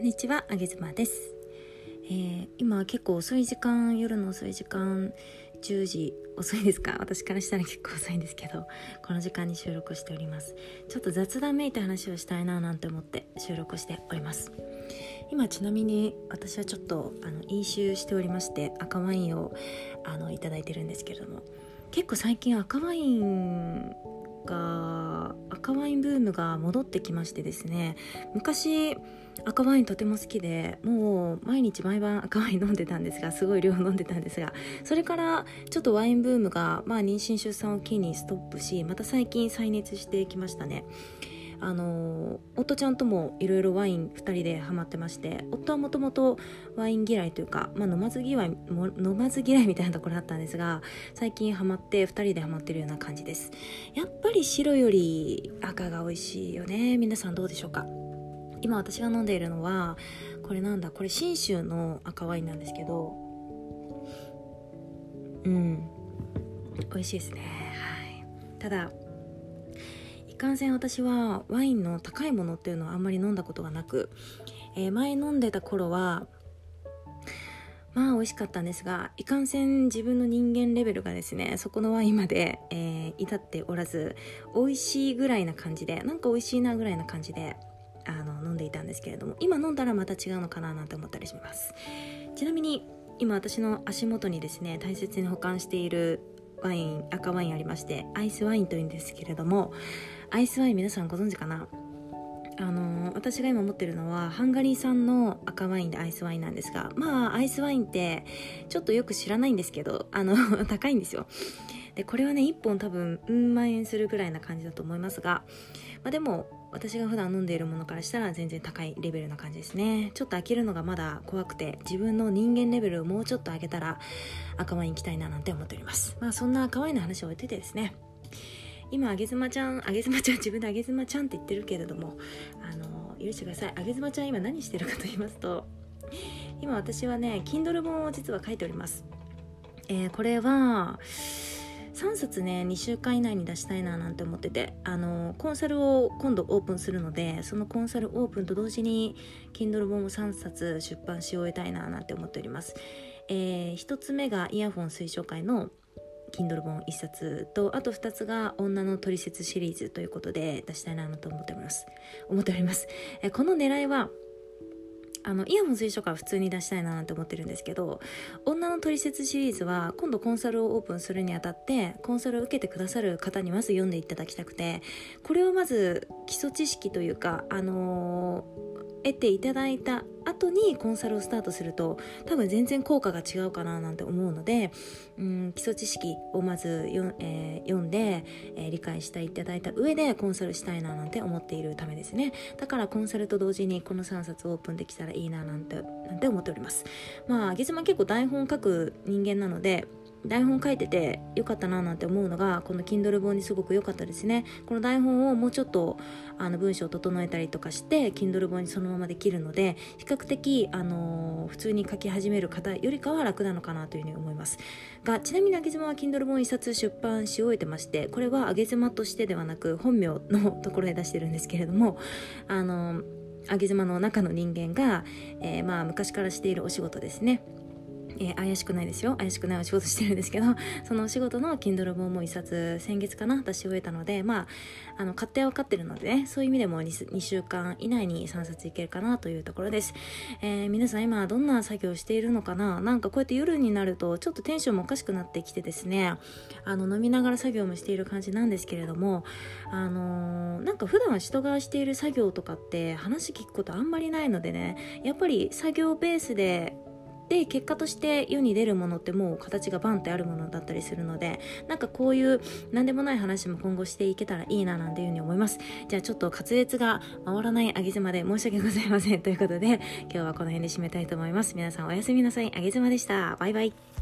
こんにちは、あげずまです。今結構遅い時間、夜の遅い時間、10時遅いですか？私からしたら結構遅いんですけど、この時間に収録しております。ちょっと雑談めいた話をしたいななんて思って収録しております。今ちなみに私はちょっと飲酒しておりまして、赤ワインをいただいてるんですけれども、結構最近赤ワインブームが戻ってきましてですね、昔赤ワインとても好きで、もう毎日毎晩赤ワイン飲んでたんですが、すごい量飲んでたんですが、それからちょっとワインブームが、妊娠出産を機にストップし、また最近再熱してきましたね。夫ちゃんともいろいろワイン2人でハマってまして、夫はもともとワイン嫌いというか、飲まず嫌いみたいなところあったんですが、最近ハマって2人でハマってるような感じです。やっぱり白より赤が美味しいよね。皆さんどうでしょうか？今私が飲んでいるのはこれ信州の赤ワインなんですけど、美味しいですね。ただいかんせん私はワインの高いものっていうのはあんまり飲んだことがなく、前飲んでた頃は美味しかったんですが、いかんせん自分の人間レベルがですね、そこのワインまで、至っておらず、美味しいぐらいな感じで、なんか美味しいなぐらいな感じで飲んでいたんですけれども、今飲んだらまた違うのかななんて思ったりします。ちなみに今私の足元にですね、大切に保管している赤ワインありまして、アイスワインというんですけれども、アイスワイン皆さんご存知かな？私が今持ってるのはハンガリー産の赤ワインでアイスワインなんですが、アイスワインってちょっとよく知らないんですけど、高いんですよ。でこれはね、1本多分万円するぐらいな感じだと思いますが、でも私が普段飲んでいるものからしたら全然高いレベルな感じですね。ちょっと開けるのがまだ怖くて、自分の人間レベルをもうちょっと上げたら赤ワイン行きたいななんて思っております。そんな赤ワインの話を置いててですね、今自分であげずまちゃんって言ってるけれども、許してください。あげずまちゃん今何してるかと言いますと、今私はね Kindle 本を実は書いております。これは3冊ね2週間以内に出したいななんて思ってて、コンサルを今度オープンするので、そのコンサルオープンと同時に Kindle 本を3冊出版し終えたいななんて思っております。1つ目がイヤホン推奨会のKindle 本1冊と、あと2つが女のトリセツシリーズということで出したいなと思っております。この狙いはイヤホン推奨から普通に出したいななんて思ってるんですけど、女のトリセツシリーズは今度コンサルをオープンするにあたって、コンサルを受けてくださる方にまず読んでいただきたくて、これをまず基礎知識というか得ていただいた後にコンサルをスタートすると多分全然効果が違うかななんて思うので、基礎知識をまず読んで、理解していただいた上でコンサルしたいななんて思っているためですね。だからコンサルと同時にこの3冊オープンできたらいいななんて思っております。月間結構台本書く人間なので、台本書いてて良かったななんて思うのが、この Kindle 本にすごく良かったですね。この台本をもうちょっと文章を整えたりとかして Kindle 本にそのままできるので、比較的普通に書き始める方よりかは楽なのかなというふうに思いますが、ちなみにあげずまは Kindle 本1冊出版し終えてまして、これはあげずまとしてではなく本名のところで出してるんですけれども、あげずまの中の人間が、昔からしているお仕事ですね。怪しくないですよ。怪しくないお仕事してるんですけど、そのお仕事の Kindle 本も一冊先月かな出し終えたので、勝手は分かってるのでね、そういう意味でも 2週間以内に3冊いけるかなというところです。皆さん今どんな作業しているのかな？なんかこうやって夜になるとちょっとテンションもおかしくなってきてですね、飲みながら作業もしている感じなんですけれども、なんか普段人がしている作業とかって話聞くことあんまりないのでね、やっぱり作業ベースで結果として世に出るものってもう形がバンってあるものだったりするので、なんかこういう何でもない話も今後していけたらいいななんていうふうに思います。じゃあちょっと滑舌が回らないあげずまで申し訳ございませんということで、今日はこの辺で締めたいと思います。皆さんおやすみなさい。あげずまでした。バイバイ。